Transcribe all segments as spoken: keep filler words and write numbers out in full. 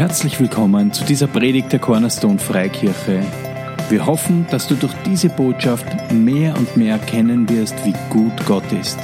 Herzlich willkommen zu dieser Predigt der Cornerstone Freikirche. Wir hoffen, dass du durch diese Botschaft mehr und mehr erkennen wirst, wie gut Gott ist.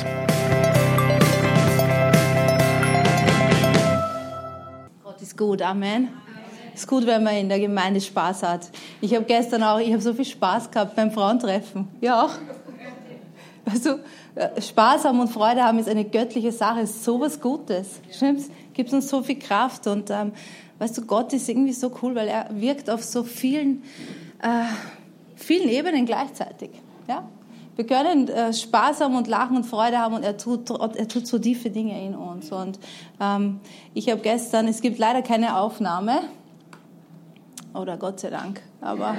Gott ist gut, Amen. Es ist gut, wenn man in der Gemeinde Spaß hat. Ich habe gestern auch, ich habe so viel Spaß gehabt beim Frauentreffen. Ja auch. Also, Spaß haben und Freude haben ist eine göttliche Sache, ist so was Gutes. Stimmt's? Gibt uns so viel Kraft und ähm, weißt du, Gott ist irgendwie so cool, weil er wirkt auf so vielen, äh, vielen Ebenen gleichzeitig. Ja? Wir können äh, Spaß haben und lachen und Freude haben und er tut, er tut so tiefe Dinge in uns. Und ähm, ich habe gestern, es gibt leider keine Aufnahme, oder Gott sei Dank, aber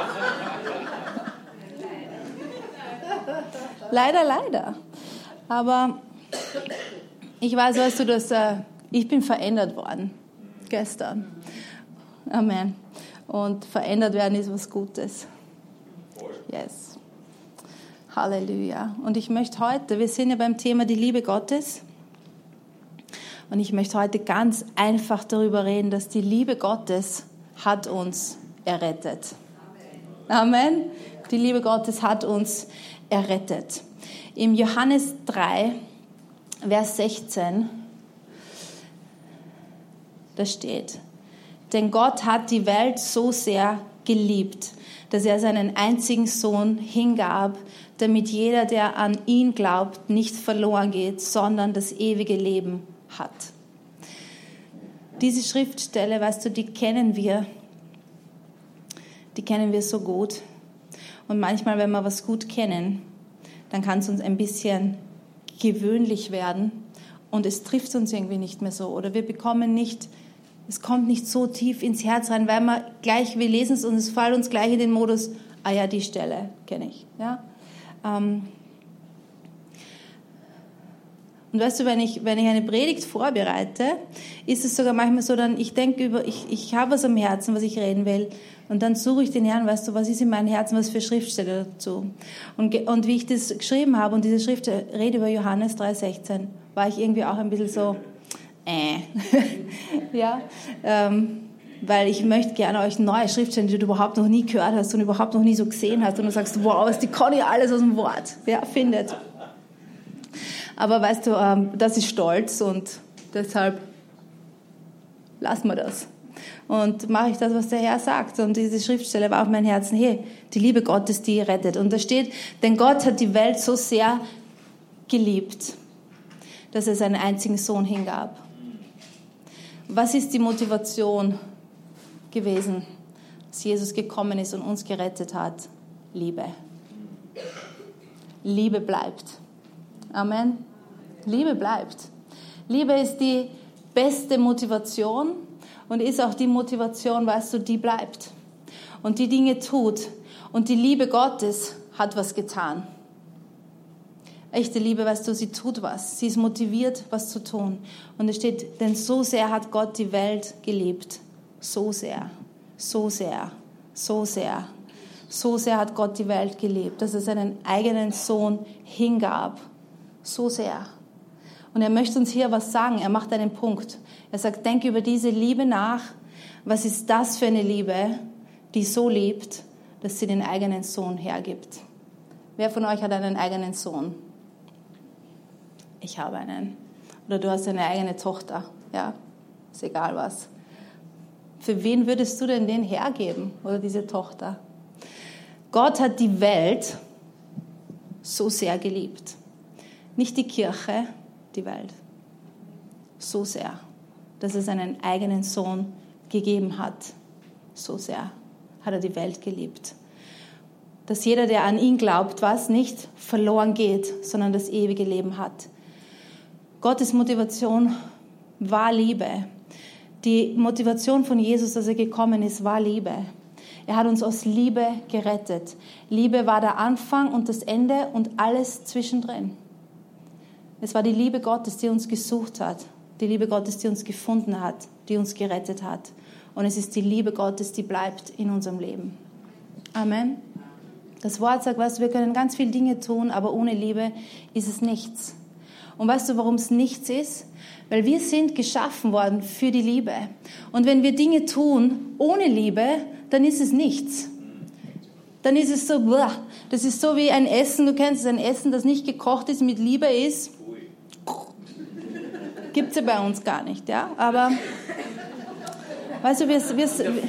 leider, leider. Aber ich weiß, weißt du, dass äh, ich bin verändert worden gestern. Amen. Und verändert werden ist was Gutes. Yes. Halleluja. Und ich möchte heute, wir sind ja beim Thema die Liebe Gottes. Und ich möchte heute ganz einfach darüber reden, dass die Liebe Gottes hat uns errettet. Amen. Die Liebe Gottes hat uns errettet. Im Johannes drei, Vers sechzehn, da steht: Denn Gott hat die Welt so sehr geliebt, dass er seinen einzigen Sohn hingab, damit jeder, der an ihn glaubt, nicht verloren geht, sondern das ewige Leben hat. Diese Schriftstelle, weißt du, die kennen wir, die kennen wir so gut. Und manchmal, wenn wir was gut kennen, dann kann es uns ein bisschen gewöhnlich werden und es trifft uns irgendwie nicht mehr so. Oder wir bekommen nicht, es kommt nicht so tief ins Herz rein, weil wir gleich, wir lesen es und es fällt uns gleich in den Modus, ah ja, die Stelle kenne ich. Ja? Ähm und weißt du, wenn ich, wenn ich eine Predigt vorbereite, ist es sogar manchmal so, dann ich denke über, ich, ich habe was am Herzen, was ich reden will. Und dann suche ich den Herrn, weißt du, was ist in meinem Herzen, was für Schriftstelle dazu. Und, und wie ich das geschrieben habe und diese Schrift rede über Johannes drei sechzehn, war ich irgendwie auch ein bisschen so, äh, ja, ähm, weil ich möchte gerne euch neue Schriftstellen, die du überhaupt noch nie gehört hast und überhaupt noch nie so gesehen hast und du sagst, wow, was die Conny alles aus dem Wort, ja, findet. Aber weißt du, ähm, das ist Stolz und deshalb lassen wir das. Und mache ich das, was der Herr sagt. Und diese Schriftstelle war auf mein Herzen, hey, die Liebe Gottes, die rettet. Und da steht, denn Gott hat die Welt so sehr geliebt, dass er seinen einzigen Sohn hingab. Was ist die Motivation gewesen, dass Jesus gekommen ist und uns gerettet hat? Liebe. Liebe bleibt. Amen. Liebe bleibt. Liebe ist die beste Motivation und ist auch die Motivation, weißt du, die bleibt. Und die Dinge tut. Und die Liebe Gottes hat was getan. Echte Liebe, weißt du, sie tut was. Sie ist motiviert, was zu tun. Und es steht, denn so sehr hat Gott die Welt geliebt. So sehr, so sehr, so sehr. So sehr hat Gott die Welt geliebt, dass er seinen eigenen Sohn hingab. So sehr. Und er möchte uns hier was sagen. Er macht einen Punkt. Er sagt, denk über diese Liebe nach. Was ist das für eine Liebe, die so liebt, dass sie den eigenen Sohn hergibt? Wer von euch hat einen eigenen Sohn? Ich habe einen. Oder du hast eine eigene Tochter. Ja, ist egal was. Für wen würdest du denn den hergeben? Oder diese Tochter? Gott hat die Welt so sehr geliebt. Nicht die Kirche, die Welt. So sehr, dass er seinen eigenen Sohn gegeben hat. So sehr hat er die Welt geliebt. Dass jeder, der an ihn glaubt, was nicht verloren geht, sondern das ewige Leben hat. Gottes Motivation war Liebe. Die Motivation von Jesus, dass er gekommen ist, war Liebe. Er hat uns aus Liebe gerettet. Liebe war der Anfang und das Ende und alles zwischendrin. Es war die Liebe Gottes, die uns gesucht hat. Die Liebe Gottes, die uns gefunden hat, die uns gerettet hat. Und es ist die Liebe Gottes, die bleibt in unserem Leben. Amen. Das Wort sagt, weißt du, wir können ganz viele Dinge tun, aber ohne Liebe ist es nichts. Und weißt du, warum es nichts ist? Weil wir sind geschaffen worden für die Liebe. Und wenn wir Dinge tun ohne Liebe, dann ist es nichts. Dann ist es so, boah, das ist so wie ein Essen, du kennst es, ein Essen, das nicht gekocht ist, mit Liebe ist. Gibt es ja bei uns gar nicht, ja. Aber, weißt du, wir, wir,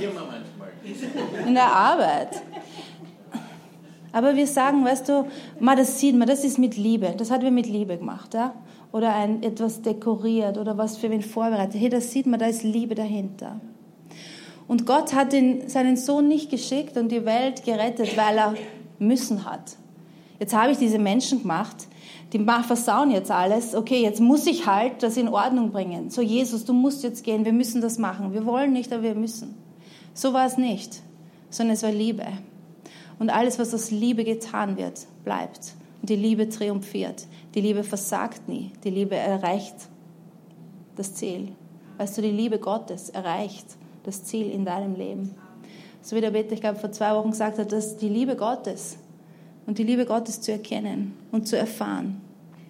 in der Arbeit. Aber wir sagen, weißt du, ma, das sieht man, das ist mit Liebe, das hat wir mit Liebe gemacht, ja. Oder ein, etwas dekoriert oder was für wen vorbereitet. Hey, das sieht man, da ist Liebe dahinter. Und Gott hat den, seinen Sohn nicht geschickt und die Welt gerettet, weil er müssen hat. Jetzt habe ich diese Menschen gemacht, die versauen jetzt alles. Okay, jetzt muss ich halt das in Ordnung bringen. So, Jesus, du musst jetzt gehen, wir müssen das machen. Wir wollen nicht, aber wir müssen. So war es nicht, sondern es war Liebe. Und alles, was aus Liebe getan wird, bleibt. Und die Liebe triumphiert. Die Liebe versagt nie. Die Liebe erreicht das Ziel. Weißt du, die Liebe Gottes erreicht das Ziel in deinem Leben. So wie der Peter, ich glaube, vor zwei Wochen gesagt hat, dass die Liebe Gottes und die Liebe Gottes zu erkennen und zu erfahren,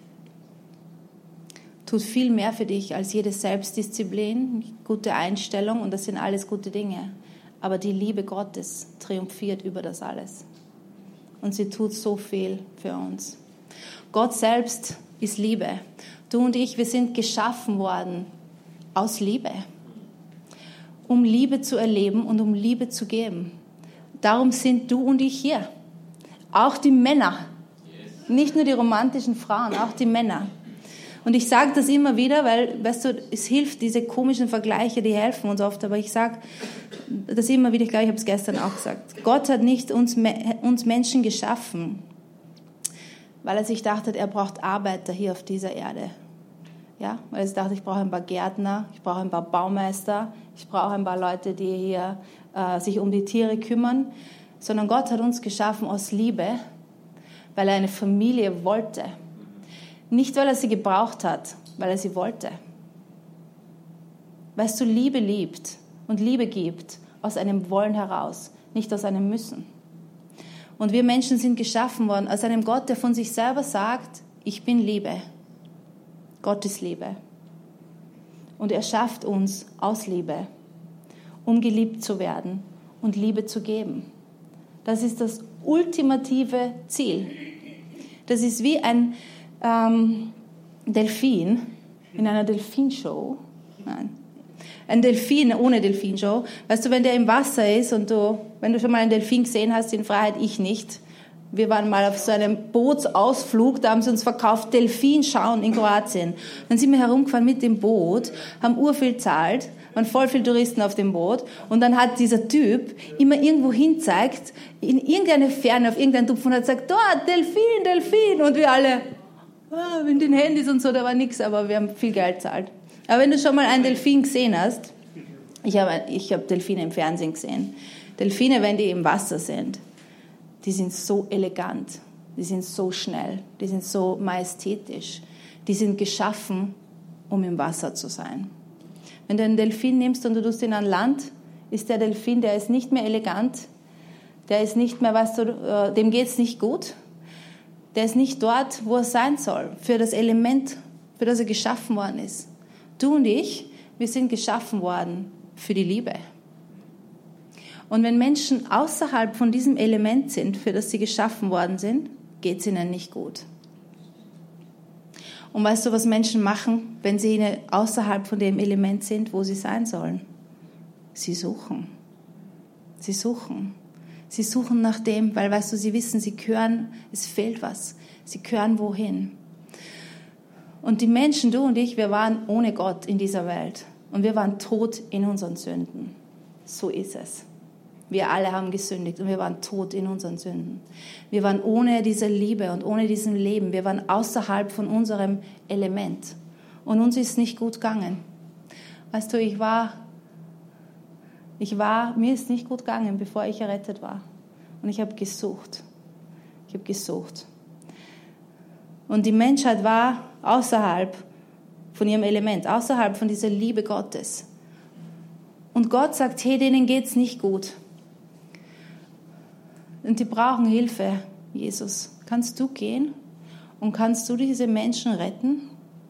tut viel mehr für dich als jede Selbstdisziplin, gute Einstellung, und das sind alles gute Dinge. Aber die Liebe Gottes triumphiert über das alles. Und sie tut so viel für uns. Gott selbst ist Liebe. Du und ich, wir sind geschaffen worden aus Liebe. Um Liebe zu erleben und um Liebe zu geben. Darum sind du und ich hier. Auch die Männer. Nicht nur die romantischen Frauen, auch die Männer. Und ich sage das immer wieder, weil, weißt du, es hilft, diese komischen Vergleiche, die helfen uns oft, aber ich sage das immer wieder, ich glaube, ich habe es gestern auch gesagt. Gott hat nicht uns, uns Menschen geschaffen, weil er sich dachte, er braucht Arbeiter hier auf dieser Erde. Ja, weil er dachte, ich brauche ein paar Gärtner, ich brauche ein paar Baumeister, ich brauche ein paar Leute, die hier äh, sich um die Tiere kümmern, sondern Gott hat uns geschaffen aus Liebe, weil er eine Familie wollte. Nicht, weil er sie gebraucht hat, weil er sie wollte. Weißt du, Liebe liebt und Liebe gibt aus einem Wollen heraus, nicht aus einem Müssen. Und wir Menschen sind geschaffen worden aus einem Gott, der von sich selber sagt, ich bin Liebe. Gott ist Liebe. Und er schafft uns aus Liebe, um geliebt zu werden und Liebe zu geben. Das ist das ultimative Ziel. Das ist wie ein ähm, Delfin in einer Delfinshow. Nein. Ein Delfin ohne Delfinshow. Weißt du, wenn der im Wasser ist und du, wenn du schon mal einen Delfin gesehen hast in Freiheit, ich nicht. Wir waren mal auf so einem Bootsausflug, da haben sie uns verkauft, Delfin schauen in Kroatien. Dann sind wir herumgefahren mit dem Boot, haben urviel gezahlt, waren voll viele Touristen auf dem Boot, und dann hat dieser Typ immer irgendwo hinzeigt, in irgendeine Ferne, auf irgendeinen Tupf, und hat gesagt, dort, Delfin, Delfin, und wir alle, ah, mit den Handys und so, da war nichts, aber wir haben viel Geld gezahlt. Aber wenn du schon mal einen Delfin gesehen hast, ich habe ich hab Delfine im Fernsehen gesehen, Delfine, wenn die im Wasser sind, die sind so elegant, die sind so schnell, die sind so majestätisch, die sind geschaffen, um im Wasser zu sein. Wenn du einen Delfin nimmst und du tust ihn an Land, ist der Delfin, der ist nicht mehr elegant, der ist nicht mehr, weißt du, dem geht's nicht gut, der ist nicht dort, wo er sein soll, für das Element, für das er geschaffen worden ist. Du und ich, wir sind geschaffen worden für die Liebe. Und wenn Menschen außerhalb von diesem Element sind, für das sie geschaffen worden sind, geht es ihnen nicht gut. Und weißt du, was Menschen machen, wenn sie außerhalb von dem Element sind, wo sie sein sollen? Sie suchen. Sie suchen. Sie suchen nach dem, weil, weißt du, sie wissen, sie gehören, es fehlt was. Sie gehören wohin. Und die Menschen, du und ich, wir waren ohne Gott in dieser Welt. Und wir waren tot in unseren Sünden. So ist es. Wir alle haben gesündigt und wir waren tot in unseren Sünden. Wir waren ohne diese Liebe und ohne diesem Leben. Wir waren außerhalb von unserem Element. Und uns ist nicht gut gegangen. Weißt du, ich war, ich war, mir ist nicht gut gegangen, bevor ich errettet war. Und ich habe gesucht. Ich habe gesucht. Und die Menschheit war außerhalb von ihrem Element, außerhalb von dieser Liebe Gottes. Und Gott sagt, hey, denen geht's nicht gut. Und die brauchen Hilfe, Jesus. Kannst du gehen und kannst du diese Menschen retten?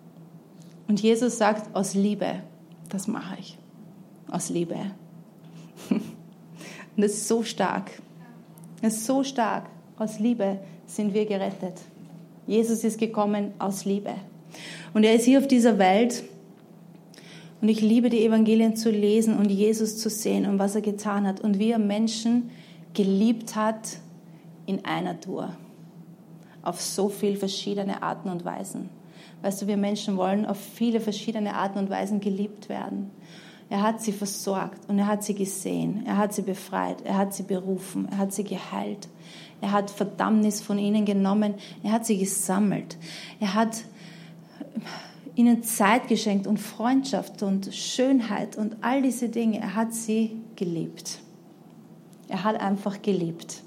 Und Jesus sagt, aus Liebe, das mache ich. Aus Liebe. Und das ist so stark. Das ist so stark. Aus Liebe sind wir gerettet. Jesus ist gekommen aus Liebe. Und er ist hier auf dieser Welt. Und ich liebe die Evangelien zu lesen und Jesus zu sehen und was er getan hat. Und wie er Menschen geliebt hat in einer Tour. Auf so viele verschiedene Arten und Weisen. Weißt du, wir Menschen wollen auf viele verschiedene Arten und Weisen geliebt werden. Er hat sie versorgt und er hat sie gesehen. Er hat sie befreit. Er hat sie berufen. Er hat sie geheilt. Er hat Verdammnis von ihnen genommen. Er hat sie gesammelt. Er hat ihnen Zeit geschenkt und Freundschaft und Schönheit und all diese Dinge. Er hat sie geliebt. Er hat einfach geliebt.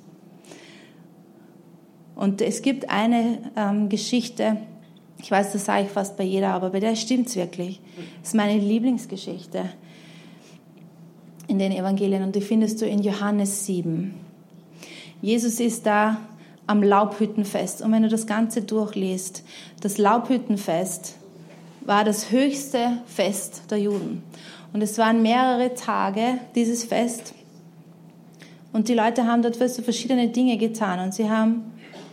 Und es gibt eine ähm, Geschichte, ich weiß, das sage ich fast bei jeder, aber bei der stimmt es wirklich. Das ist meine Lieblingsgeschichte in den Evangelien und die findest du in Johannes sieben. Jesus ist da am Laubhüttenfest und wenn du das Ganze durchliest, das Laubhüttenfest war das höchste Fest der Juden. Und es waren mehrere Tage, dieses Fest. Und die Leute haben dort so verschiedene Dinge getan und sie haben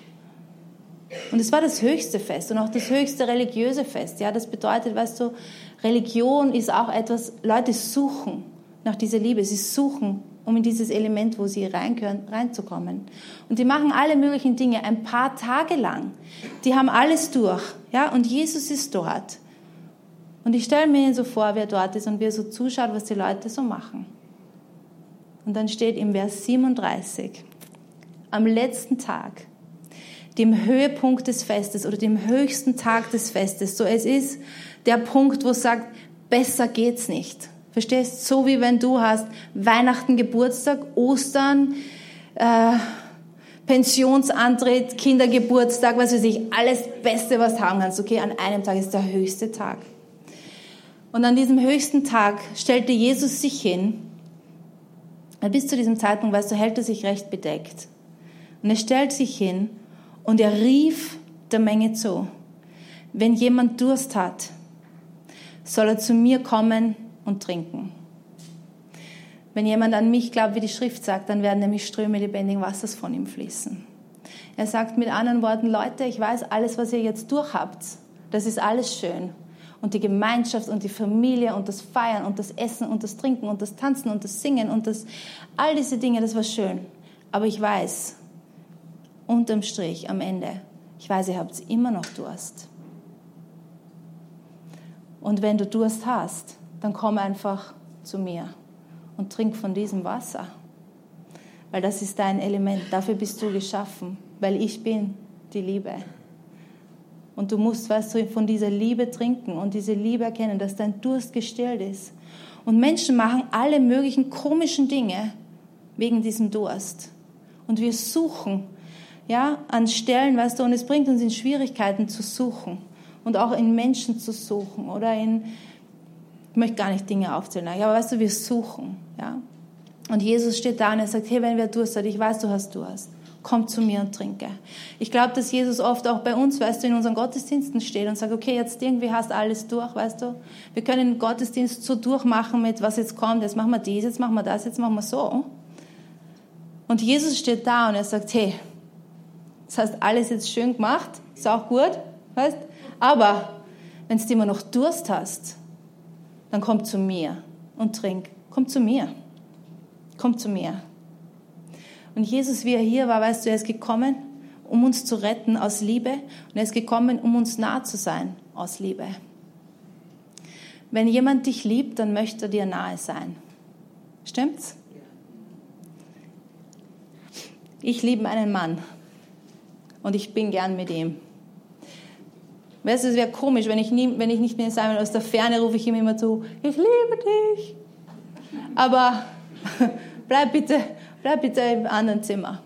Und es war das höchste Fest und auch das höchste religiöse Fest. Ja, das bedeutet, weißt du, Religion ist auch etwas, Leute suchen nach dieser Liebe. Sie suchen, um in dieses Element, wo sie reingehören, reinzukommen. Und die machen alle möglichen Dinge ein paar Tage lang. Die haben alles durch. Ja, und Jesus ist dort. Und ich stelle mir so vor, wer dort ist und wer so zuschaut, was die Leute so machen. Und dann steht im Vers siebenunddreißig, am letzten Tag, dem Höhepunkt des Festes oder dem höchsten Tag des Festes. So, es ist der Punkt, wo es sagt, besser geht's nicht. Verstehst? So wie wenn du hast Weihnachten, Geburtstag, Ostern, äh, Pensionsantritt, Kindergeburtstag, was weiß ich, alles Beste, was du haben kannst. Okay, an einem Tag ist der höchste Tag. Und an diesem höchsten Tag stellte Jesus sich hin. Bis zu diesem Zeitpunkt, weißt du, hält er sich recht bedeckt. Und er stellt sich hin und er rief der Menge zu, wenn jemand Durst hat, soll er zu mir kommen und trinken. Wenn jemand an mich glaubt, wie die Schrift sagt, dann werden nämlich Ströme lebendigen Wassers von ihm fließen. Er sagt mit anderen Worten, Leute, ich weiß, alles, was ihr jetzt durchhabt, das ist alles schön. Und die Gemeinschaft und die Familie und das Feiern und das Essen und das Trinken und das Tanzen und das Singen und das, all diese Dinge, das war schön. Aber ich weiß, unterm Strich, am Ende, ich weiß, ihr habt immer noch Durst. Und wenn du Durst hast, dann komm einfach zu mir und trink von diesem Wasser. Weil das ist dein Element, dafür bist du geschaffen, weil ich bin die Liebe. Und du musst, weißt du, von dieser Liebe trinken und diese Liebe erkennen, dass dein Durst gestillt ist. Und Menschen machen alle möglichen komischen Dinge wegen diesem Durst. Und wir suchen, ja, an Stellen, weißt du, und es bringt uns in Schwierigkeiten zu suchen und auch in Menschen zu suchen oder in, ich möchte gar nicht Dinge aufzählen, aber weißt du, wir suchen, ja. Und Jesus steht da und er sagt, hey, wenn wer Durst hat, ich weiß, du hast Durst. Komm zu mir und trinke. Ich glaube, dass Jesus oft auch bei uns, weißt du, in unseren Gottesdiensten steht und sagt, okay, jetzt irgendwie hast du alles durch, weißt du. Wir können den Gottesdienst so durchmachen mit, was jetzt kommt, jetzt machen wir dies, jetzt machen wir das, jetzt machen wir so. Und Jesus steht da und er sagt, hey, das hast alles jetzt schön gemacht, ist auch gut, weißt, aber wenn du immer noch Durst hast, dann komm zu mir und trink. Komm zu mir. Komm zu mir. Und Jesus, wie er hier war, weißt du, er ist gekommen, um uns zu retten aus Liebe. Und er ist gekommen, um uns nah zu sein aus Liebe. Wenn jemand dich liebt, dann möchte er dir nahe sein. Stimmt's? Ich liebe meinen Mann. Und ich bin gern mit ihm. Weißt du, es wäre komisch, wenn ich, nie, wenn ich nicht mit ihm sein will. Aus der Ferne rufe ich ihm immer zu, ich liebe dich. Aber bleib bitte... Bleib bitte im anderen Zimmer.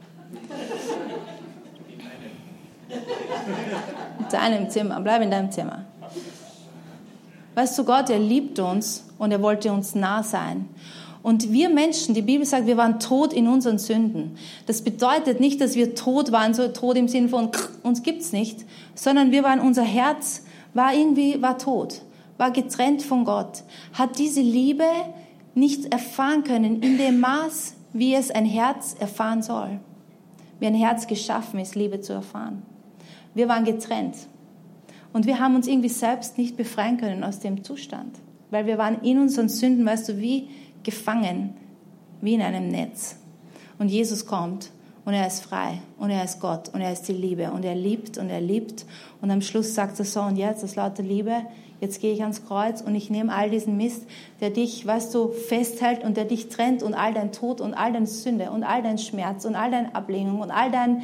In deinem Zimmer. Bleib in deinem Zimmer. Weißt du, Gott, er liebt uns und er wollte uns nah sein. Und wir Menschen, die Bibel sagt, wir waren tot in unseren Sünden. Das bedeutet nicht, dass wir tot waren, so tot im Sinne von, uns gibt's nicht, sondern wir waren, unser Herz war irgendwie, war tot. war getrennt von Gott, hat diese Liebe nicht erfahren können in dem Maß, wie es ein Herz erfahren soll. Wie ein Herz geschaffen ist, Liebe zu erfahren. Wir waren getrennt. Und wir haben uns irgendwie selbst nicht befreien können aus dem Zustand. Weil wir waren in unseren Sünden, weißt du, wie gefangen, wie in einem Netz. Und Jesus kommt und er ist frei und er ist Gott und er ist die Liebe und er liebt und er liebt. Und am Schluss sagt er so, und jetzt aus lauter Liebe, jetzt gehe ich ans Kreuz und ich nehme all diesen Mist, der dich, weißt du, festhält und der dich trennt und all dein Tod und all deine Sünde und all dein Schmerz und all deine Ablehnung und all dein,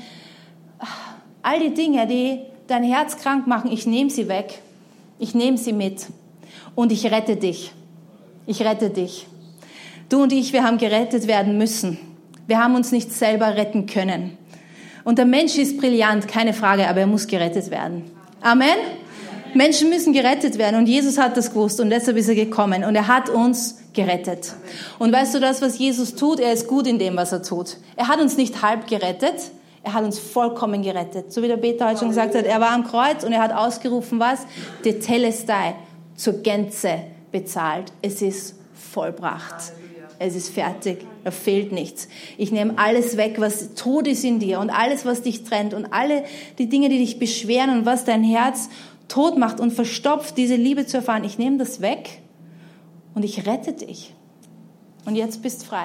all die Dinge, die dein Herz krank machen, ich nehme sie weg. Ich nehme sie mit und ich rette dich. Ich rette dich. Du und ich, wir haben gerettet werden müssen. Wir haben uns nicht selber retten können. Und der Mensch ist brillant, keine Frage, aber er muss gerettet werden. Amen? Menschen müssen gerettet werden und Jesus hat das gewusst und deshalb ist er gekommen und er hat uns gerettet. Und weißt du das, was Jesus tut? Er ist gut in dem, was er tut. Er hat uns nicht halb gerettet, er hat uns vollkommen gerettet. So wie der Peter heute schon gesagt hat, er war am Kreuz und er hat ausgerufen, was? Tetelestai, zur Gänze bezahlt. Es ist vollbracht. Es ist fertig. Da fehlt nichts. Ich nehme alles weg, was tot ist in dir und alles, was dich trennt und alle die Dinge, die dich beschweren und was dein Herz tot macht und verstopft, diese Liebe zu erfahren. Ich nehme das weg und ich rette dich. Und jetzt bist frei.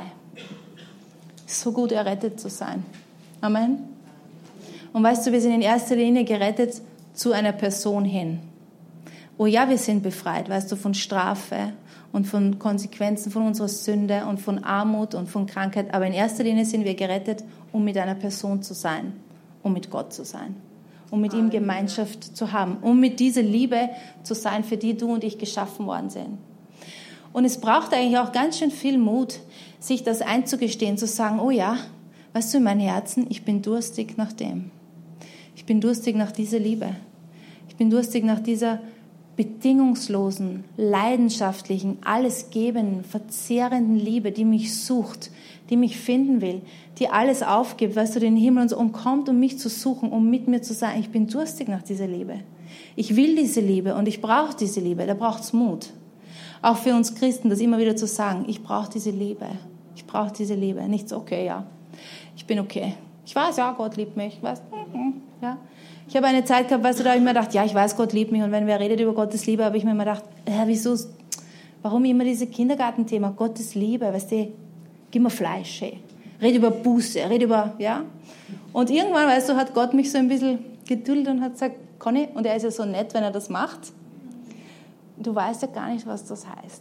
Ist so gut, errettet zu sein. Amen. Und weißt du, wir sind in erster Linie gerettet zu einer Person hin. Oh ja, wir sind befreit, weißt du, von Strafe und von Konsequenzen von unserer Sünde und von Armut und von Krankheit. Aber in erster Linie sind wir gerettet, um mit einer Person zu sein, um mit Gott zu sein, um mit ihm Gemeinschaft zu haben, um mit dieser Liebe zu sein, für die du und ich geschaffen worden sind. Und es braucht eigentlich auch ganz schön viel Mut, sich das einzugestehen, zu sagen, oh ja, weißt du, in meinem Herzen, ich bin durstig nach dem. Ich bin durstig nach dieser Liebe. Ich bin durstig nach dieser bedingungslosen, leidenschaftlichen, allesgebenden, verzehrenden Liebe, die mich sucht, die mich finden will, die alles aufgibt, weißt du, den Himmel und so, und kommt, um mich zu suchen, um mit mir zu sein. Ich bin durstig nach dieser Liebe. Ich will diese Liebe und ich brauche diese Liebe. Da braucht es Mut. Auch für uns Christen, das immer wieder zu sagen, ich brauche diese Liebe. Ich brauche diese Liebe. Nichts, okay, ja. Ich bin okay. Ich weiß, ja, Gott liebt mich. Weißt, ja. Ich habe eine Zeit gehabt, weißt du, da habe ich mir gedacht, ja, ich weiß, Gott liebt mich. Und wenn wer redet über Gottes Liebe, habe ich mir immer gedacht, äh, wieso, warum immer dieses Kindergartenthema, Gottes Liebe, weißt du, gib mir Fleisch, hey. Red über Buße, red über, ja. Und irgendwann, weißt du, hat Gott mich so ein bisschen geduldet und hat gesagt, Conny, und er ist ja so nett, wenn er das macht, du weißt ja gar nicht, was das heißt.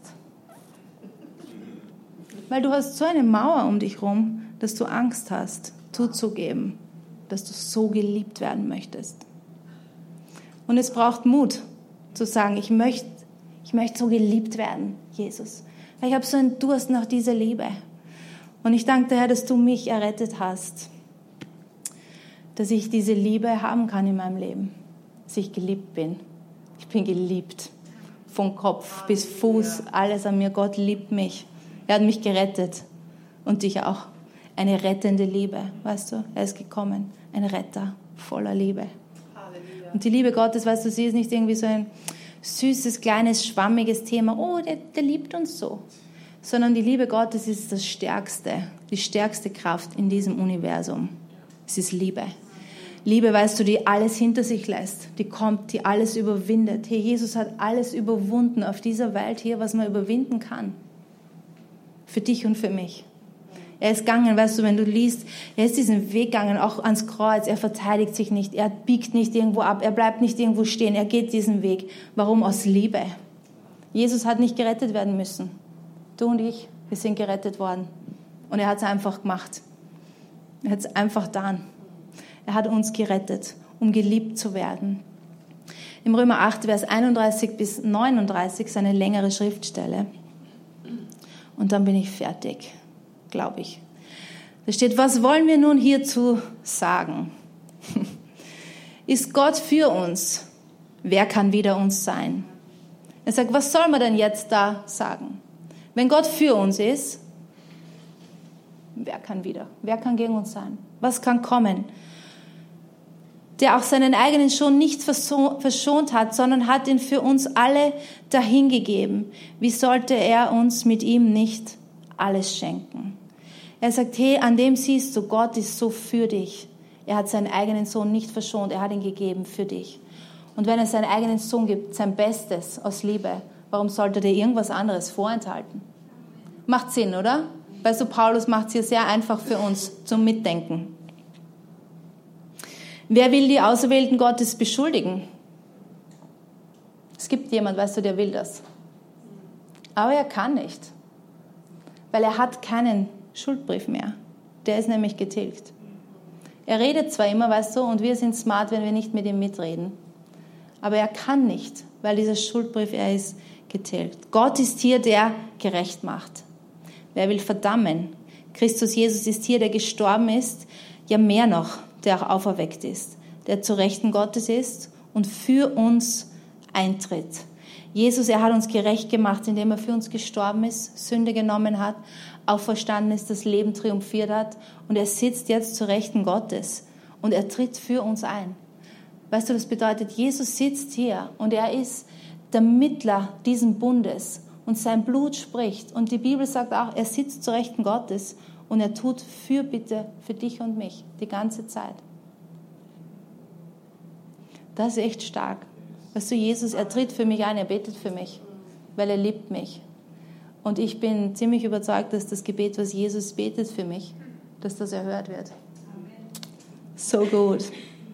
Weil du hast so eine Mauer um dich rum, dass du Angst hast, zuzugeben, dass du so geliebt werden möchtest. Und es braucht Mut, zu sagen, ich möchte, ich möchte so geliebt werden, Jesus. Weil ich habe so einen Durst nach dieser Liebe. Und ich danke dir, Herr, dass du mich errettet hast, dass ich diese Liebe haben kann in meinem Leben, dass ich geliebt bin. Ich bin geliebt, von Kopf bis Fuß, alles an mir. Gott liebt mich. Er hat mich gerettet und dich auch. Eine rettende Liebe, weißt du, er ist gekommen, ein Retter voller Liebe. Halleluja. Und die Liebe Gottes, weißt du, sie ist nicht irgendwie so ein süßes, kleines, schwammiges Thema, oh, der, der liebt uns so, sondern die Liebe Gottes ist das Stärkste, die stärkste Kraft in diesem Universum. Es ist Liebe. Liebe, weißt du, die alles hinter sich lässt, die kommt, die alles überwindet. Hey, Jesus hat alles überwunden auf dieser Welt hier, was man überwinden kann. Für dich und für mich. Er ist gegangen, weißt du, wenn du liest, er ist diesen Weg gegangen, auch ans Kreuz. Er verteidigt sich nicht, er biegt nicht irgendwo ab, er bleibt nicht irgendwo stehen, er geht diesen Weg. Warum? Aus Liebe. Jesus hat nicht gerettet werden müssen. Du und ich, wir sind gerettet worden. Und er hat es einfach gemacht. Er hat es einfach getan. Er hat uns gerettet, um geliebt zu werden. Im Römer acht, Vers einunddreißig bis neununddreißig ist eine längere Schriftstelle. Und dann bin ich fertig, glaube ich. Da steht, was wollen wir nun hierzu sagen? Ist Gott für uns? Wer kann wider uns sein? Er sagt, was soll man denn jetzt da sagen? Wenn Gott für uns ist, wer kann wider? Wer kann gegen uns sein? Was kann kommen? der auch seinen eigenen Sohn nicht verschont hat, sondern hat ihn für uns alle dahingegeben. Wie sollte er uns mit ihm nicht alles schenken? Er sagt, hey, an dem siehst du, Gott ist so für dich. Er hat seinen eigenen Sohn nicht verschont, er hat ihn gegeben für dich. Und wenn er seinen eigenen Sohn gibt, sein Bestes aus Liebe, warum sollte er dir irgendwas anderes vorenthalten? Macht Sinn, oder? Weißt du, Paulus macht es hier sehr einfach für uns zum Mitdenken. Wer will die Auserwählten Gottes beschuldigen? Es gibt jemand, weißt du, der will das. Aber er kann nicht, weil er hat keinen Schuldbrief mehr. Der ist nämlich getilgt. Er redet zwar immer, weißt du, und wir sind smart, wenn wir nicht mit ihm mitreden. Aber er kann nicht, weil dieser Schuldbrief, er ist getilgt. Gott ist hier, der gerecht macht. Wer will verdammen? Christus Jesus ist hier, der gestorben ist, ja mehr noch, der auch auferweckt ist, der zu Rechten Gottes ist und für uns eintritt. Jesus, er hat uns gerecht gemacht, indem er für uns gestorben ist, Sünde genommen hat, auferstanden ist, das Leben triumphiert hat und er sitzt jetzt zu Rechten Gottes und er tritt für uns ein. Weißt du, das bedeutet, Jesus sitzt hier und er ist der Mittler dieses Bundes und sein Blut spricht. Und die Bibel sagt auch, er sitzt zu Rechten Gottes und er tut Fürbitte für dich und mich die ganze Zeit. Das ist echt stark. Weißt du, Jesus, er tritt für mich ein, er betet für mich, weil er liebt mich. Und ich bin ziemlich überzeugt, dass das Gebet, was Jesus betet für mich, dass das erhört wird. So gut.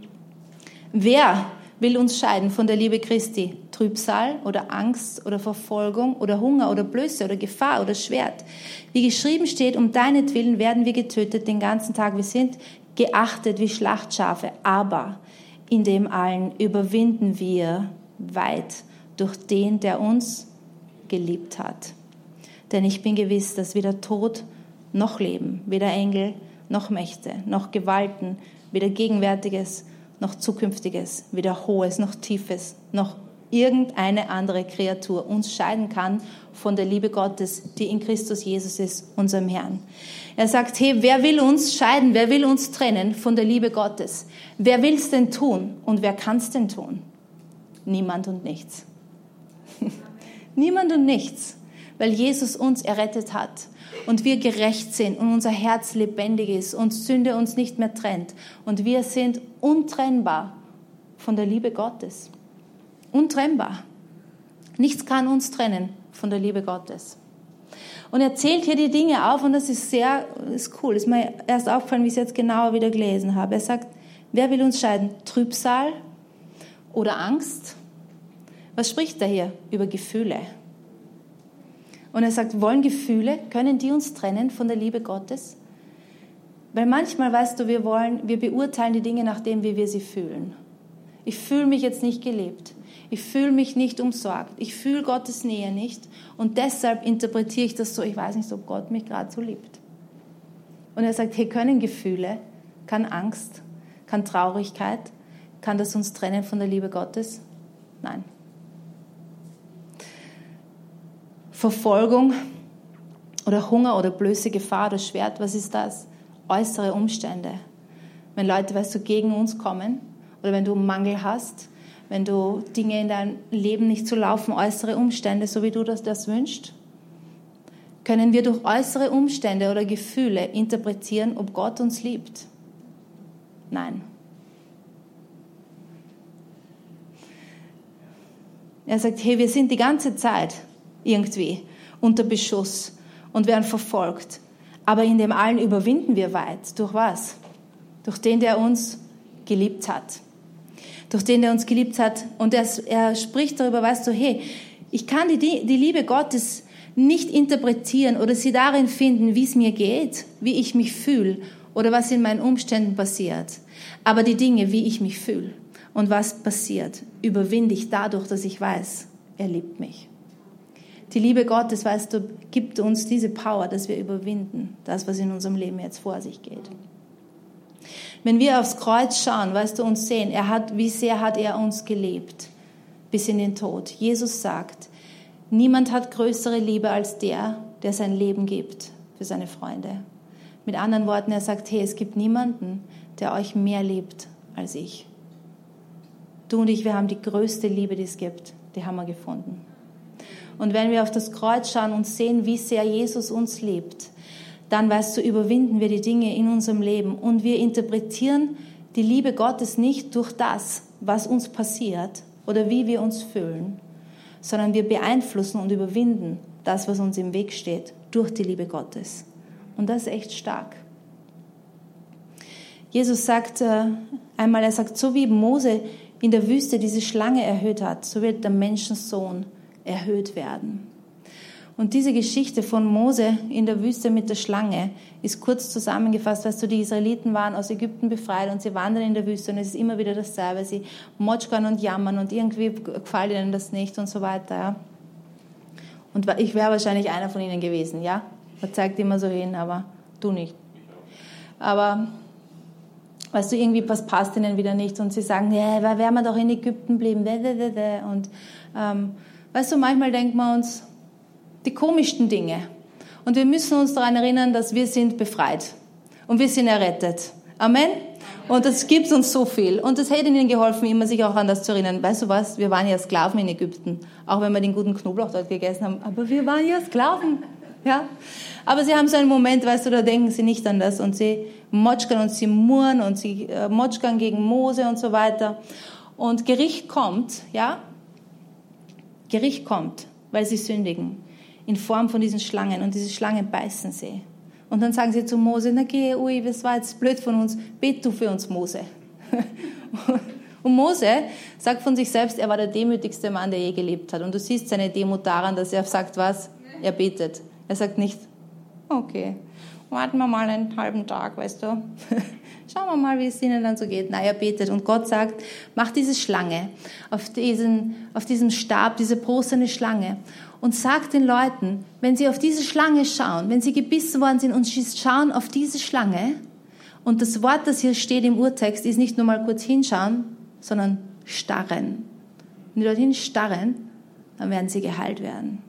Wer will uns scheiden von der Liebe Christi? Trübsal oder Angst oder Verfolgung oder Hunger oder Blöße oder Gefahr oder Schwert. Wie geschrieben steht, um deinetwillen werden wir getötet den ganzen Tag. Wir sind geachtet wie Schlachtschafe, aber in dem allen überwinden wir weit durch den, der uns geliebt hat. Denn ich bin gewiss, dass weder Tod noch Leben, weder Engel noch Mächte, noch Gewalten, weder Gegenwärtiges noch Zukünftiges, weder Hohes noch Tiefes, noch irgendeine andere Kreatur uns scheiden kann von der Liebe Gottes, die in Christus Jesus ist, unserem Herrn. Er sagt, hey, wer will uns scheiden, wer will uns trennen von der Liebe Gottes? Wer will es denn tun und wer kann es denn tun? Niemand und nichts. Niemand und nichts, weil Jesus uns errettet hat und wir gerecht sind und unser Herz lebendig ist und Sünde uns nicht mehr trennt und wir sind untrennbar von der Liebe Gottes. Untrennbar. Nichts kann uns trennen von der Liebe Gottes. Und er zählt hier die Dinge auf und das ist sehr, ist cool. Ist mir erst aufgefallen, wie ich es jetzt genauer wieder gelesen habe. Er sagt, wer will uns scheiden? Trübsal oder Angst? Was spricht er hier? Über Gefühle. Und er sagt, wollen Gefühle, können die uns trennen von der Liebe Gottes? Weil manchmal, weißt du, wir wollen, wir beurteilen die Dinge nach dem, wie wir sie fühlen. Ich fühle mich jetzt nicht geliebt. Ich fühle mich nicht umsorgt. Ich fühle Gottes Nähe nicht. Und deshalb interpretiere ich das so, ich weiß nicht, ob Gott mich gerade so liebt. Und er sagt, hey, können Gefühle, kann Angst, kann Traurigkeit, kann das uns trennen von der Liebe Gottes? Nein. Verfolgung oder Hunger oder Blöße, Gefahr oder Schwert, was ist das? Äußere Umstände. Wenn Leute, weißt du, gegen uns kommen oder wenn du Mangel hast, wenn du Dinge in deinem Leben nicht so laufen, äußere Umstände, so wie du das, das wünschst, können wir durch äußere Umstände oder Gefühle interpretieren, ob Gott uns liebt? Nein. Er sagt, hey, wir sind die ganze Zeit irgendwie unter Beschuss und werden verfolgt. Aber in dem allen überwinden wir weit. Durch was? Durch den, der uns geliebt hat. Durch den, der uns geliebt hat. Und er, er spricht darüber, weißt du, hey, ich kann die, die Liebe Gottes nicht interpretieren oder sie darin finden, wie es mir geht, wie ich mich fühle oder was in meinen Umständen passiert. Aber die Dinge, wie ich mich fühle und was passiert, überwinde ich dadurch, dass ich weiß, er liebt mich. Die Liebe Gottes, weißt du, gibt uns diese Power, dass wir überwinden, das, was in unserem Leben jetzt vor sich geht. Wenn wir aufs Kreuz schauen, weißt du, und sehen, er hat, wie sehr hat er uns geliebt, bis in den Tod. Jesus sagt, niemand hat größere Liebe als der, der sein Leben gibt für seine Freunde. Mit anderen Worten, er sagt, hey, es gibt niemanden, der euch mehr liebt als ich. Du und ich, wir haben die größte Liebe, die es gibt. Die haben wir gefunden. Und wenn wir auf das Kreuz schauen und sehen, wie sehr Jesus uns liebt, dann, weißt du, überwinden wir die Dinge in unserem Leben. Und wir interpretieren die Liebe Gottes nicht durch das, was uns passiert oder wie wir uns fühlen, sondern wir beeinflussen und überwinden das, was uns im Weg steht, durch die Liebe Gottes. Und das ist echt stark. Jesus sagt äh, einmal, er sagt, so wie Mose in der Wüste diese Schlange erhöht hat, so wird der Menschensohn erhöht werden. Und diese Geschichte von Mose in der Wüste mit der Schlange ist kurz zusammengefasst, weißt du, die Israeliten waren aus Ägypten befreit und sie wandern in der Wüste und es ist immer wieder dasselbe. Sie motschkern und jammern und irgendwie gefällt ihnen das nicht und so weiter. Ja. Und ich wäre wahrscheinlich einer von ihnen gewesen, ja. Man zeigt immer so hin, aber du nicht. Aber weißt du, irgendwie was passt ihnen wieder nicht und sie sagen, ja, weil wären wir doch in Ägypten geblieben. Und ähm, weißt du, manchmal denken wir uns die komischsten Dinge. Und wir müssen uns daran erinnern, dass wir sind befreit und wir sind errettet. Amen? Und das gibt uns so viel. Und das hätte ihnen geholfen, immer sich auch an das zu erinnern. Weißt du was? Wir waren ja Sklaven in Ägypten, auch wenn wir den guten Knoblauch dort gegessen haben. Aber wir waren ja Sklaven. Ja? Aber sie haben so einen Moment, weißt du, da denken sie nicht an das. Und sie motschkern und sie murren und sie äh, motschkern gegen Mose und so weiter. Und Gericht kommt, ja? Gericht kommt, weil sie sündigen. In Form von diesen Schlangen. Und diese Schlangen beißen sie. Und dann sagen sie zu Mose, na geh, ui, das war jetzt blöd von uns, bet du für uns, Mose. Und Mose sagt von sich selbst, er war der demütigste Mann, der je gelebt hat. Und du siehst seine Demut daran, dass er sagt, was? Er betet. Er sagt nicht, okay, warten wir mal einen halben Tag, weißt du. Schauen wir mal, wie es ihnen dann so geht. Nein, er betet. Und Gott sagt, mach diese Schlange auf, diesen, auf diesem Stab, diese bronzene Schlange. Und sagt den Leuten, wenn sie auf diese Schlange schauen, wenn sie gebissen worden sind und sie schauen auf diese Schlange, und das Wort, das hier steht im Urtext, ist nicht nur mal kurz hinschauen, sondern starren. Wenn die dorthin starren, dann werden sie geheilt werden.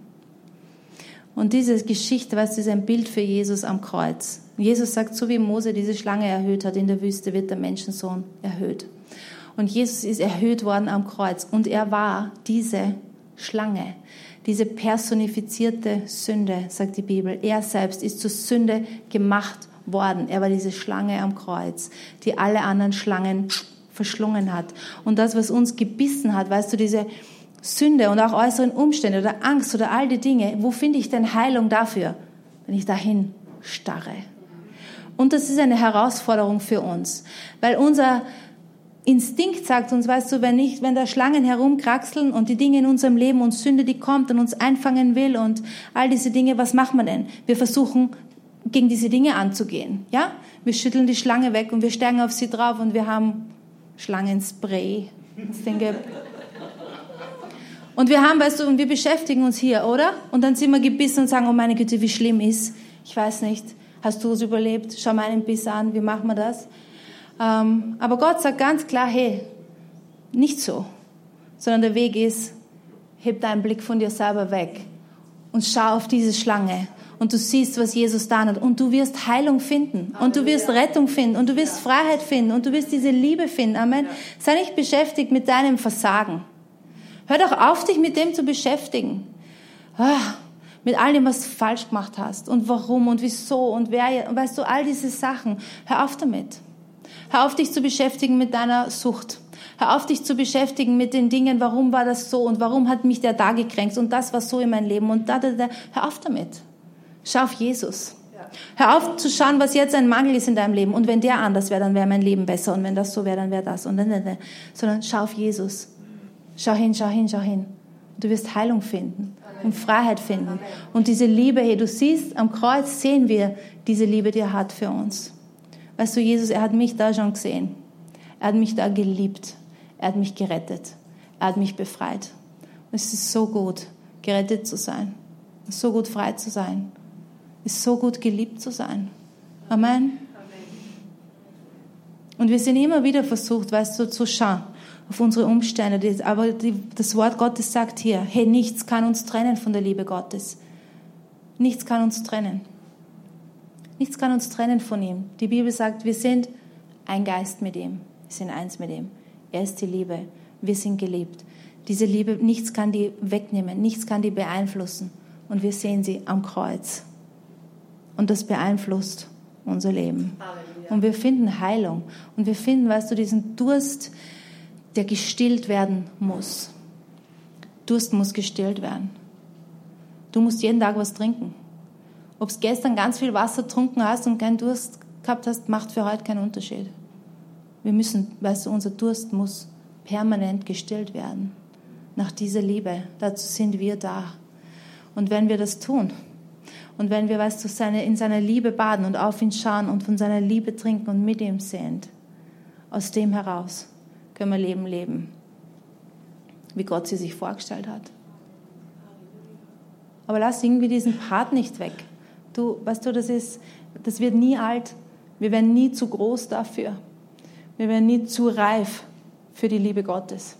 Und diese Geschichte, weißt du, ist ein Bild für Jesus am Kreuz. Jesus sagt, so wie Mose diese Schlange erhöht hat in der Wüste, wird der Menschensohn erhöht. Und Jesus ist erhöht worden am Kreuz. Und er war diese Schlange, diese personifizierte Sünde, sagt die Bibel. Er selbst ist zur Sünde gemacht worden. Er war diese Schlange am Kreuz, die alle anderen Schlangen verschlungen hat. Und das, was uns gebissen hat, weißt du, diese Sünde und auch äußeren Umstände oder Angst oder all die Dinge, wo finde ich denn Heilung dafür, wenn ich dahin starre? Und das ist eine Herausforderung für uns, weil unser Instinkt sagt uns, weißt du, wenn nicht, wenn da Schlangen herumkraxeln und die Dinge in unserem Leben und Sünde, die kommt und uns einfangen will und all diese Dinge, was machen wir denn? Wir versuchen, gegen diese Dinge anzugehen, ja? Wir schütteln die Schlange weg und wir steigen auf sie drauf und wir haben Schlangenspray. Ich denke, und wir haben, weißt du, und wir beschäftigen uns hier, oder? Und dann sind wir gebissen und sagen, oh meine Güte, wie schlimm ist. Ich weiß nicht, hast du es überlebt? Schau meinen Biss an, wie machen wir das? Ähm, aber Gott sagt ganz klar, hey, nicht so. Sondern der Weg ist, heb deinen Blick von dir selber weg und schau auf diese Schlange. Und du siehst, was Jesus da hat. Und du wirst Heilung finden. Und du wirst Rettung finden. Und du wirst Freiheit finden. Und du wirst diese Liebe finden. Amen. Sei nicht beschäftigt mit deinem Versagen. Hör doch auf, dich mit dem zu beschäftigen. Ah, mit all dem, was du falsch gemacht hast. Und warum und wieso und wer. Und weißt du, all diese Sachen. Hör auf damit. Hör auf, dich zu beschäftigen mit deiner Sucht. Hör auf, dich zu beschäftigen mit den Dingen, warum war das so und warum hat mich der da gekränkt und das war so in meinem Leben und da, da, da. Hör auf damit. Schau auf Jesus. Hör auf zu schauen, was jetzt ein Mangel ist in deinem Leben. Und wenn der anders wäre, dann wäre mein Leben besser. Und wenn das so wäre, dann wäre das. Und dann, dann, dann. Sondern schau auf Jesus. Schau hin, schau hin, schau hin. Du wirst Heilung finden und Freiheit finden. Und diese Liebe, hey, du siehst, am Kreuz sehen wir diese Liebe, die er hat für uns. Weißt du, Jesus, er hat mich da schon gesehen. Er hat mich da geliebt. Er hat mich gerettet. Er hat mich befreit. Und es ist so gut, gerettet zu sein. Es ist so gut, frei zu sein. Es ist so gut, geliebt zu sein. Amen. Und wir sind immer wieder versucht, weißt du, zu schauen auf unsere Umstände. Aber die, das Wort Gottes sagt hier, hey, nichts kann uns trennen von der Liebe Gottes. Nichts kann uns trennen. Nichts kann uns trennen von ihm. Die Bibel sagt, wir sind ein Geist mit ihm. Wir sind eins mit ihm. Er ist die Liebe. wir sind geliebt. Diese Liebe, nichts kann die wegnehmen, nichts kann die beeinflussen. Und wir sehen sie am Kreuz. Und das beeinflusst unser Leben. Halleluja. Und wir finden Heilung. Und wir finden, weißt du, diesen Durst, der gestillt werden muss. Durst muss gestillt werden. Du musst jeden Tag was trinken. Ob du gestern ganz viel Wasser getrunken hast und keinen Durst gehabt hast, macht für heute keinen Unterschied. Wir müssen, weißt du, unser Durst muss permanent gestillt werden. Nach dieser Liebe. Dazu sind wir da. Und wenn wir das tun, und wenn wir, weißt du, seine, in seiner Liebe baden und auf ihn schauen und von seiner Liebe trinken und mit ihm sind, aus dem heraus können wir Leben leben, wie Gott sie sich vorgestellt hat. Aber lass irgendwie diesen Part nicht weg. Du, weißt du, das ist, das wird nie alt. Wir werden nie zu groß dafür. Wir werden nie zu reif für die Liebe Gottes.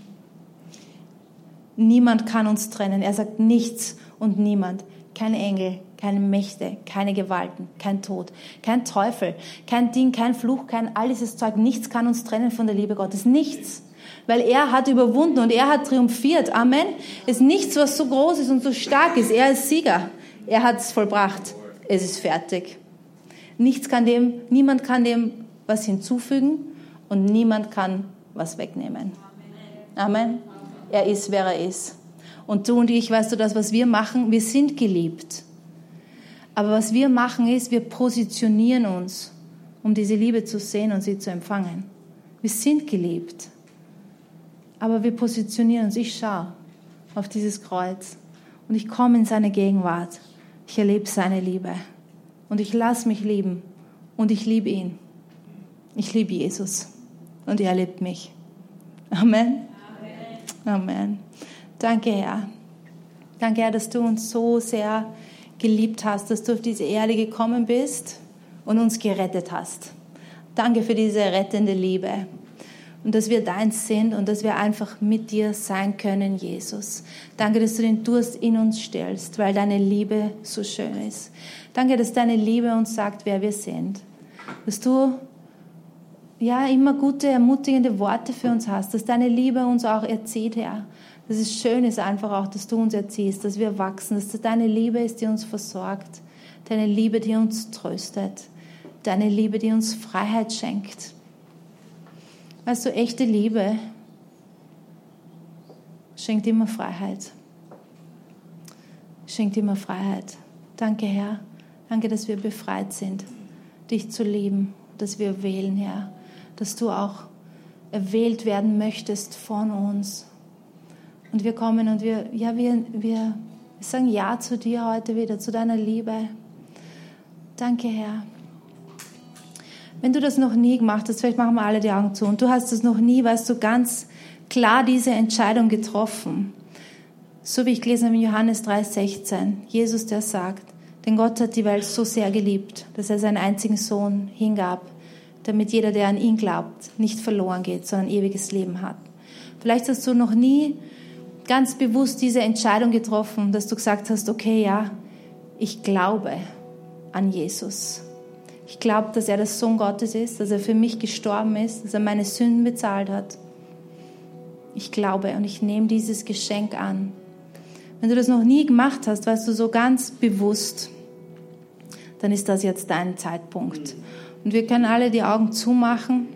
Niemand kann uns trennen. Er sagt nichts und niemand. Keine Engel, keine Mächte, keine Gewalten, kein Tod, kein Teufel, kein Ding, kein Fluch, kein all dieses Zeug. Nichts kann uns trennen von der Liebe Gottes. Nichts. Weil er hat überwunden und er hat triumphiert. Amen. Es ist nichts, was so groß ist und so stark ist. Er ist Sieger. Er hat es vollbracht. Es ist fertig. Nichts kann dem, niemand kann dem was hinzufügen und niemand kann was wegnehmen. Amen. Er ist, wer er ist. Und du und ich, weißt du, das, was wir machen, wir sind geliebt. Aber was wir machen ist, wir positionieren uns, um diese Liebe zu sehen und sie zu empfangen. Wir sind geliebt. Aber wir positionieren uns. Ich schaue auf dieses Kreuz und ich komme in seine Gegenwart. Ich erlebe seine Liebe und ich lasse mich lieben und ich liebe ihn. Ich liebe Jesus und er liebt mich. Amen. Amen. Amen. Danke, Herr. Danke, Herr, dass du uns so sehr geliebt hast, dass du auf diese Erde gekommen bist und uns gerettet hast. Danke für diese rettende Liebe. Und dass wir deins sind und dass wir einfach mit dir sein können, Jesus. Danke, dass du den Durst in uns stellst, weil deine Liebe so schön ist. Danke, dass deine Liebe uns sagt, wer wir sind. Dass du ja immer gute, ermutigende Worte für uns hast, dass deine Liebe uns auch erzieht, Herr. Dass es schön ist einfach auch, dass du uns erziehst, dass wir wachsen, dass das deine Liebe ist, die uns versorgt, deine Liebe, die uns tröstet, deine Liebe, die uns Freiheit schenkt. Weißt du, echte Liebe schenkt immer Freiheit. Schenkt immer Freiheit. Danke, Herr. Danke, dass wir befreit sind, dich zu lieben, dass wir wählen, Herr. Dass du auch erwählt werden möchtest von uns. Und wir kommen und wir, ja, wir, wir sagen Ja zu dir heute wieder, zu deiner Liebe. Danke, Herr. Wenn du das noch nie gemacht hast, vielleicht machen wir alle die Augen zu, und du hast das noch nie, weißt du, ganz klar diese Entscheidung getroffen. So wie ich gelesen habe in Johannes drei sechzehn, Jesus, der sagt, denn Gott hat die Welt so sehr geliebt, dass er seinen einzigen Sohn hingab, damit jeder, der an ihn glaubt, nicht verloren geht, sondern ewiges Leben hat. Vielleicht hast du noch nie ganz bewusst diese Entscheidung getroffen, dass du gesagt hast, okay, ja, ich glaube an Jesus. Ich glaube, dass er der Sohn Gottes ist, dass er für mich gestorben ist, dass er meine Sünden bezahlt hat. Ich glaube und ich nehme dieses Geschenk an. Wenn du das noch nie gemacht hast, weißt du, so ganz bewusst, dann ist das jetzt dein Zeitpunkt. Und wir können alle die Augen zumachen.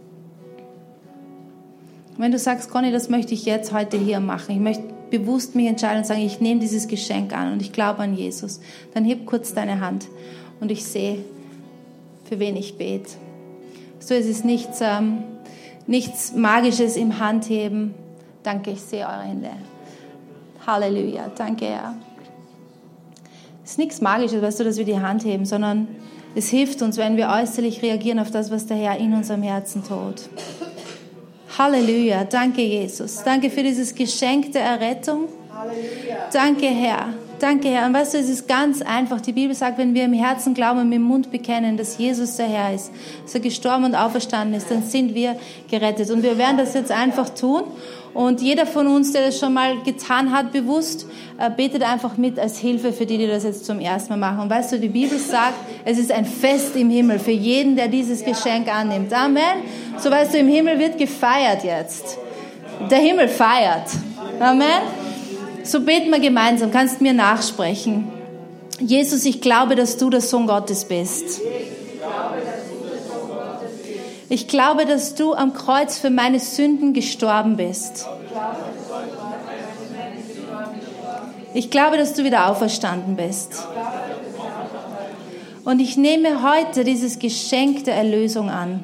Wenn du sagst, Conny, das möchte ich jetzt heute hier machen, ich möchte bewusst mich entscheiden und sagen, ich nehme dieses Geschenk an und ich glaube an Jesus, dann heb kurz deine Hand und ich sehe, für wen ich bete. So, es ist nichts, ähm, nichts Magisches im Handheben. Danke, ich sehe eure Hände. Halleluja, danke, Herr. Es ist nichts Magisches, weißt du, dass wir die Hand heben, sondern es hilft uns, wenn wir äußerlich reagieren auf das, was der Herr in unserem Herzen tut. Halleluja, danke Jesus. Danke für dieses Geschenk der Errettung. Halleluja. Danke Herr, danke Herr. Und weißt du, es ist ganz einfach. Die Bibel sagt, wenn wir im Herzen glauben und mit dem Mund bekennen, dass Jesus der Herr ist, dass er gestorben und auferstanden ist, dann sind wir gerettet. Und wir werden das jetzt einfach tun. Und jeder von uns, der das schon mal getan hat, bewusst, äh, betet einfach mit als Hilfe für die, die das jetzt zum ersten Mal machen. Und weißt du, die Bibel sagt, es ist ein Fest im Himmel für jeden, der dieses Geschenk annimmt. Amen. So weißt du, im Himmel wird gefeiert jetzt. Der Himmel feiert. Amen. So beten wir gemeinsam. Kannst mir nachsprechen. Jesus, ich glaube, dass du der Sohn Gottes bist. Ich glaube, dass du am Kreuz für meine Sünden gestorben bist. Ich glaube, dass du wieder auferstanden bist. Und ich nehme heute dieses Geschenk der Erlösung an.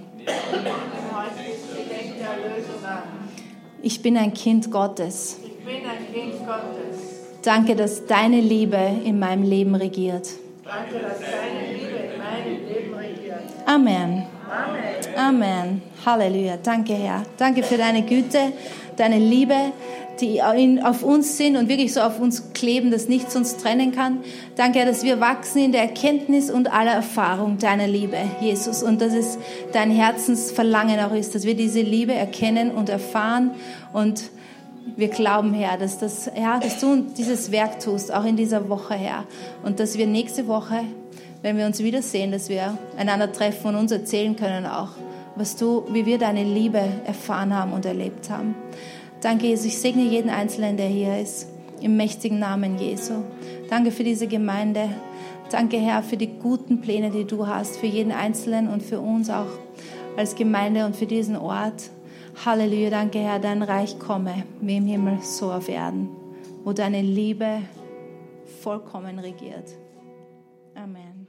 Ich bin ein Kind Gottes. Ich bin ein Kind Gottes. Danke, dass deine Liebe in meinem Leben regiert. Danke, dass deine Liebe in meinem Leben regiert. Amen. Amen. Amen. Halleluja. Danke, Herr. Danke für deine Güte, deine Liebe, die auf uns sind und wirklich so auf uns kleben, dass nichts uns trennen kann. Danke, Herr, dass wir wachsen in der Erkenntnis und aller Erfahrung deiner Liebe, Jesus. Und dass es dein Herzensverlangen auch ist, dass wir diese Liebe erkennen und erfahren. Und wir glauben, Herr, dass, das, Herr, dass du dieses Werk tust, auch in dieser Woche, Herr. Und dass wir nächste Woche, wenn wir uns wiedersehen, dass wir einander treffen und uns erzählen können auch, was du, wie wir deine Liebe erfahren haben und erlebt haben. Danke, Jesus. Ich segne jeden Einzelnen, der hier ist, im mächtigen Namen Jesu. Danke für diese Gemeinde. Danke, Herr, für die guten Pläne, die du hast, für jeden Einzelnen und für uns auch als Gemeinde und für diesen Ort. Halleluja. Danke, Herr, dein Reich komme, wie im Himmel, so auf Erden, wo deine Liebe vollkommen regiert. Amen.